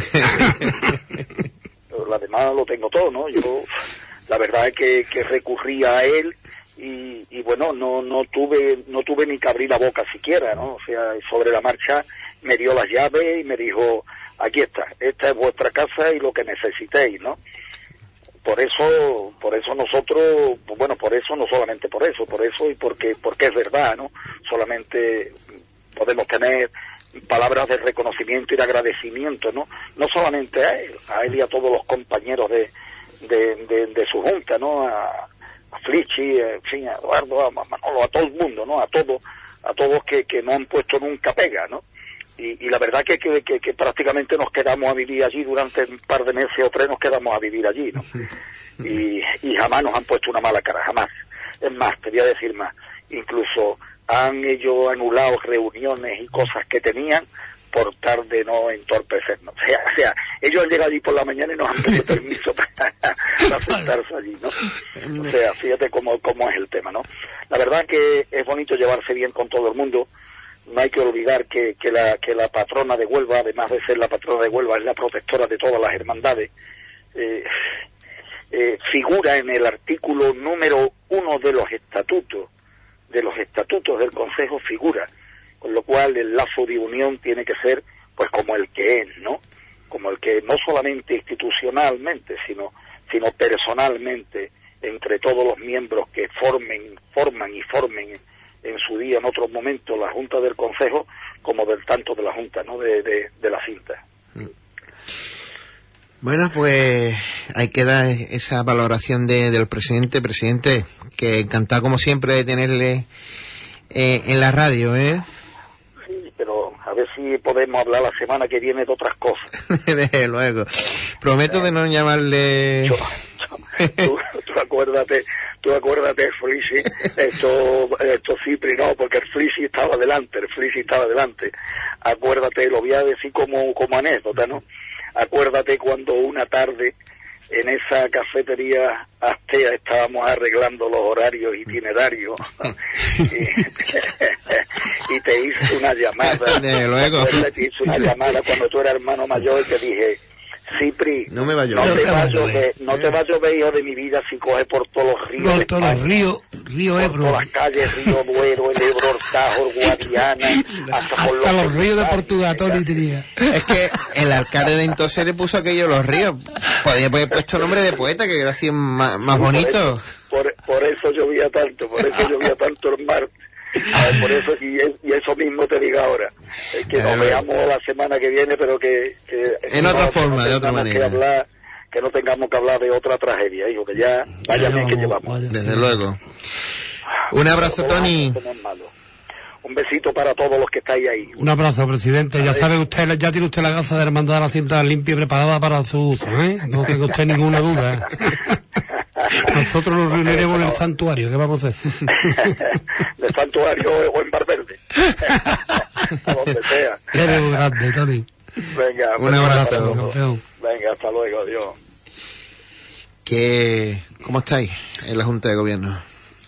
Lo demás lo tengo todo, ¿no? Yo la verdad es que recurrí a él y bueno, no tuve ni que abrir la boca siquiera, ¿no? O sea, sobre la marcha me dio las llaves y me dijo, aquí está, esta es vuestra casa y lo que necesitéis, ¿no? Por eso nosotros, bueno, por eso, no solamente por eso y porque es verdad, ¿no? Solamente podemos tener palabras de reconocimiento y de agradecimiento, ¿no? No solamente a él y a todos los compañeros de su junta, ¿no? A Flichi, en fin, a Eduardo, a Manolo, a todo el mundo, ¿no? A todos que no han puesto nunca pega, ¿no? Y la verdad que prácticamente nos quedamos a vivir allí durante un par de meses o 3 nos quedamos a vivir allí, ¿no? Y jamás nos han puesto una mala cara, jamás. Es más, te voy a decir más, incluso han ellos anulado reuniones y cosas que tenían por tal de no entorpecernos. O sea, ellos han llegado allí por la mañana y nos han pedido permiso para sentarse allí, ¿no? O sea, fíjate cómo es el tema, ¿no? La verdad que es bonito llevarse bien con todo el mundo. No hay que olvidar que la patrona de Huelva, además de ser la patrona de Huelva, es la protectora de todas las hermandades. figura en el artículo número 1 de los estatutos del Consejo, figura, con lo cual el lazo de unión tiene que ser pues como el que es, ¿no? Como el que no solamente institucionalmente, sino personalmente entre todos los miembros que forman en su día, en otros momentos, la Junta del Consejo, como del tanto de la Junta, ¿no? De la cinta. Bueno, pues ahí queda esa valoración del presidente, que encantado como siempre de tenerle en la radio, ¿eh? Sí, pero a ver si podemos hablar la semana que viene de otras cosas. Desde luego. Prometo de no llamarle... Tú acuérdate, Frisi, esto Cipri no, porque el Frisi estaba delante. Acuérdate, lo voy a decir como anécdota, ¿no? Acuérdate cuando una tarde en esa cafetería Astea estábamos arreglando los horarios itinerarios y te hice una llamada. Luego. Te hice una llamada cuando tú eras hermano mayor y te dije: Cipri, no me va a llover. No te va a llover, hijo de mi vida, si coges por todos los ríos. Por todos los ríos, río Ebro. Por todas las calles, río Duero, el Ebro, Ortajo, Guadiana, hasta los ríos de Portugal, diría. Es que el alcalde de entonces le puso aquello los ríos. Podía haber puesto nombre de poeta, que era así más bonito. Por eso llovía tanto el mar. Por eso, y eso mismo te digo ahora, que nos veamos la semana que viene, pero que en otra forma, de otra manera, que no tengamos que hablar de otra tragedia, hijo, que ya vaya bien que llevamos. Desde luego. Un abrazo, Tony. Un besito para todos los que estáis ahí. Un abrazo, presidente. Ya sabe usted, ya tiene usted la casa de Hermandad de la Cinta limpia y preparada para su uso, ¿eh? No tenga usted ninguna duda. Nosotros nos reuniremos en el santuario, ¿qué vamos a hacer? ¿De santuario o en Bar Verde? A donde sea. Eres muy grande, Tony. Venga, un abrazo. Venga, hasta luego, adiós. ¿Cómo estáis en la Junta de Gobierno?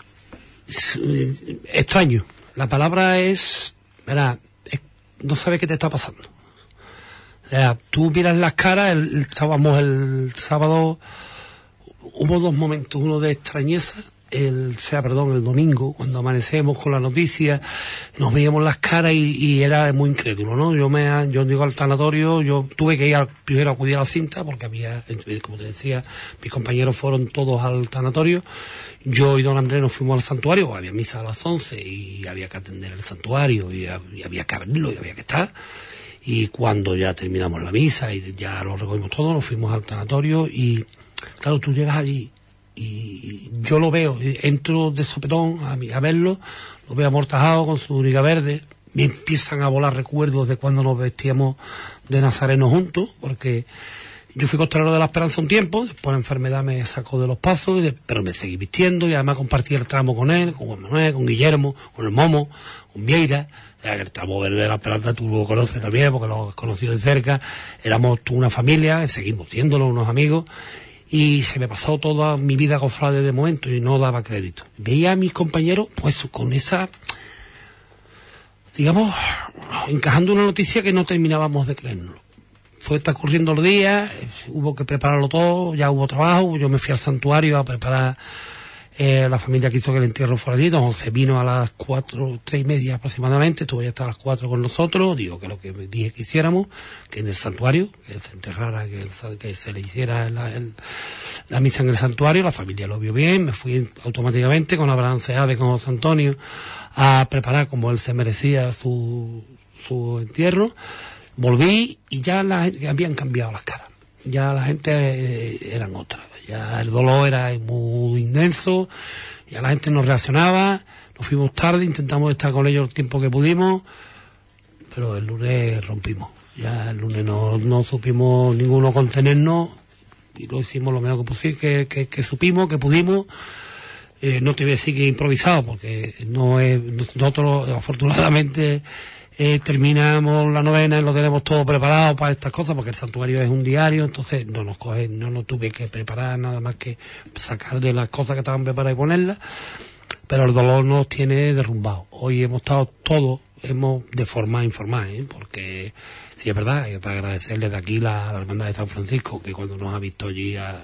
Extraño. La palabra es, verá, no sabes qué te está pasando. O sea, tú miras las caras, estábamos el sábado, hubo dos momentos, uno de extrañeza, el domingo, cuando amanecemos con la noticia, nos veíamos las caras y era muy incrédulo, ¿no? Yo digo al tanatorio, yo tuve que ir primero a acudir a la cinta, porque había, como te decía, mis compañeros fueron todos al tanatorio. Yo y don Andrés nos fuimos al santuario, porque había misa a las 11 y había que atender el santuario y había que abrirlo y había que estar. Y cuando ya terminamos la misa y ya lo recogimos todo, nos fuimos al tanatorio y, claro, tú llegas allí y yo lo veo, entro de sopetón a verlo, lo veo amortajado con su túnica verde, me empiezan a volar recuerdos de cuando nos vestíamos de nazareno juntos, porque yo fui costalero de la Esperanza un tiempo, después la enfermedad me sacó de los pasos, pero me seguí vistiendo y además compartí el tramo con él, con Juan Manuel, con Guillermo, con el Momo, con Vieira. O sea, que el tramo verde de la Esperanza tú lo conoces también, porque lo has conocido de cerca. Éramos una familia, seguimos siéndolo, unos amigos, y se me pasó toda mi vida cofrade de momento y no daba crédito. Veía a mis compañeros, pues, con esa, digamos, encajando una noticia que no terminábamos de creérnoslo. Fue transcurriendo los días, hubo que prepararlo todo, ya hubo trabajo, yo me fui al santuario a preparar, la familia quiso que el entierro fuera allí, don José vino a las 3:30 aproximadamente, estuvo ya hasta las 4 con nosotros, digo que lo que dije que hiciéramos, que en el santuario, que se enterrara, que se le hiciera la misa en el santuario, la familia lo vio bien, me fui automáticamente con la balanceada de con José Antonio a preparar como él se merecía su entierro. Volví y ya habían cambiado las caras. Ya la gente eran otras. Ya el dolor era muy intenso. Ya la gente no reaccionaba. Nos fuimos tarde, intentamos estar con ellos el tiempo que pudimos. Pero el lunes rompimos. Ya el lunes no supimos ninguno contenernos. Y lo hicimos lo mejor que supimos, que pudimos. No te voy a decir que improvisado, porque nosotros afortunadamente terminamos la novena y lo tenemos todo preparado para estas cosas, porque el santuario es un diario, entonces no nos tuve que preparar nada más que sacar de las cosas que estaban preparadas y ponerlas, pero el dolor nos tiene derrumbados. Hoy hemos estado todos, de forma informal, porque sí es verdad, para agradecerle de aquí la Hermandad de San Francisco, que cuando nos ha visto allí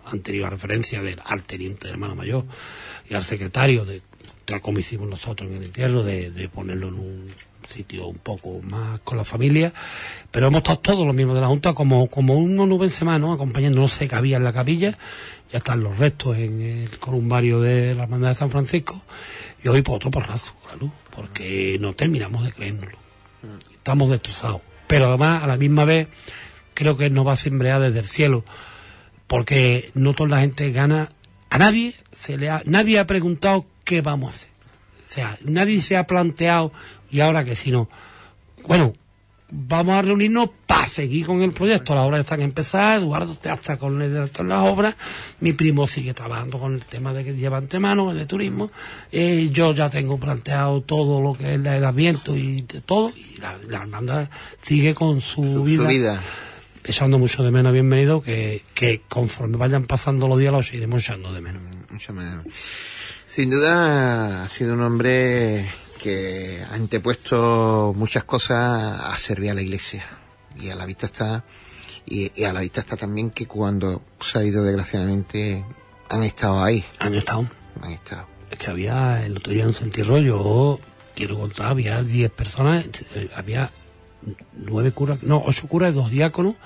han tenido la referencia al teniente de hermano mayor y al secretario, tal como hicimos nosotros en el entierro, de ponerlo en un sitio un poco más con la familia, pero hemos estado todos los miembros de la Junta como unos nubense más, ¿no? Acompañando, no sé qué había en la capilla, ya están los restos en el columbario de la Hermandad de San Francisco, y hoy por otro porrazo, claro, porque no terminamos de creérnoslo. Estamos destrozados, pero además a la misma vez creo que nos va a sembrar desde el cielo, porque no toda la gente gana, a nadie nadie ha preguntado qué vamos a hacer, o sea, nadie se ha planteado y ahora que si no, bueno, vamos a reunirnos para seguir con el proyecto. Las obras están empezadas, Eduardo está con las obras, mi primo sigue trabajando con el tema de que lleva entre manos, el de turismo, yo ya tengo planteado todo lo que es el Adviento y de todo, y la hermandad sigue con su vida. Echando mucho de menos a Bienvenido, que conforme vayan pasando los días los iremos echando de menos. Mucho menos. Sin duda ha sido un hombre que ha antepuesto muchas cosas a servir a la Iglesia, y a la vista está también que cuando se ha ido, desgraciadamente, han estado ahí. Han estado. Es que había, el otro día en Sentirro, yo quiero contar, había 10 personas, había 8 curas y 2 diáconos.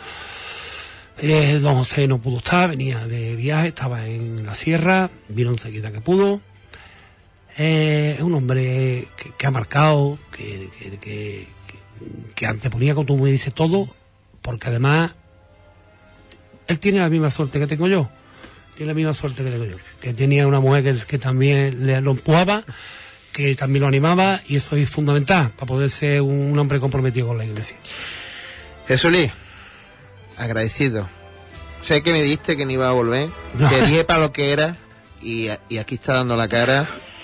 Don José no pudo estar, venía de viaje, estaba en la sierra, vino enseguida que pudo. Es un hombre que ha marcado, que anteponía, como tú me dices, todo, porque además él tiene la misma suerte que tengo yo. Que tenía una mujer que también lo empujaba, que también lo animaba, y eso es fundamental para poder ser un hombre comprometido con la Iglesia. Jesulí, agradecido. Sé que me dijiste que no iba a volver, te dije para lo que era, y aquí está dando la cara.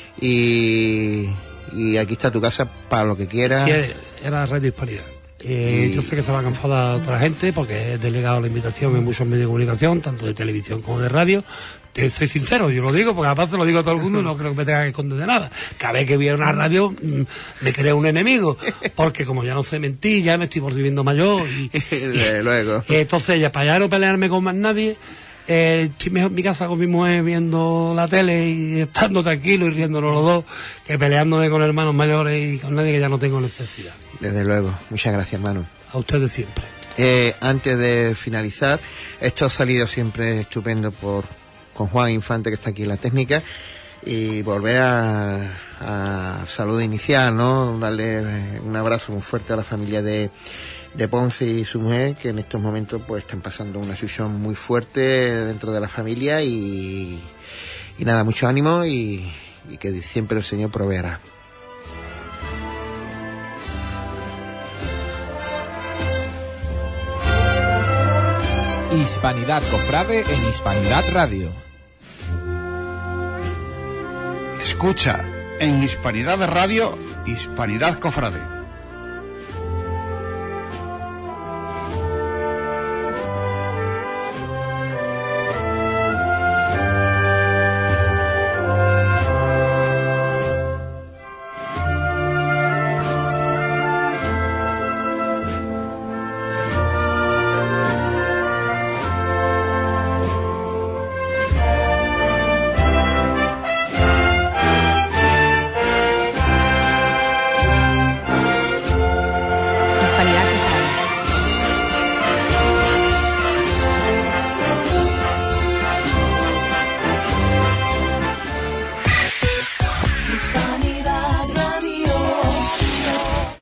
Y aquí está tu casa para lo que quieras. Sí, era Radio Hispanidad. Yo sé que se va a enfadar otra gente porque he delegado la invitación en muchos medios de comunicación, tanto de televisión como de radio. Te soy sincero, yo lo digo porque además se lo digo a todo el mundo y no creo que me tenga que esconder de nada. Cada vez que viera una radio me creo un enemigo, porque como ya no sé mentir, ya me estoy volviendo mayor y luego. Entonces ya para ya no pelearme con más nadie, estoy mejor en mi casa con mi mujer viendo la tele y estando tranquilo y riéndonos los dos, que peleándome con hermanos mayores y con nadie, que ya no tengo necesidad. Desde luego, muchas gracias, hermano. A ustedes siempre. Antes de finalizar, esto ha salido siempre estupendo con Juan Infante, que está aquí en la técnica, y volver a saludo inicial, ¿no? Darle un abrazo muy fuerte a la familia de Ponce y su mujer, que en estos momentos pues están pasando una situación muy fuerte dentro de la familia, y nada, mucho ánimo y que siempre el Señor proveerá. Hispanidad Cofrade en Hispanidad Radio. Escucha en Hispanidad Radio, Hispanidad Cofrade.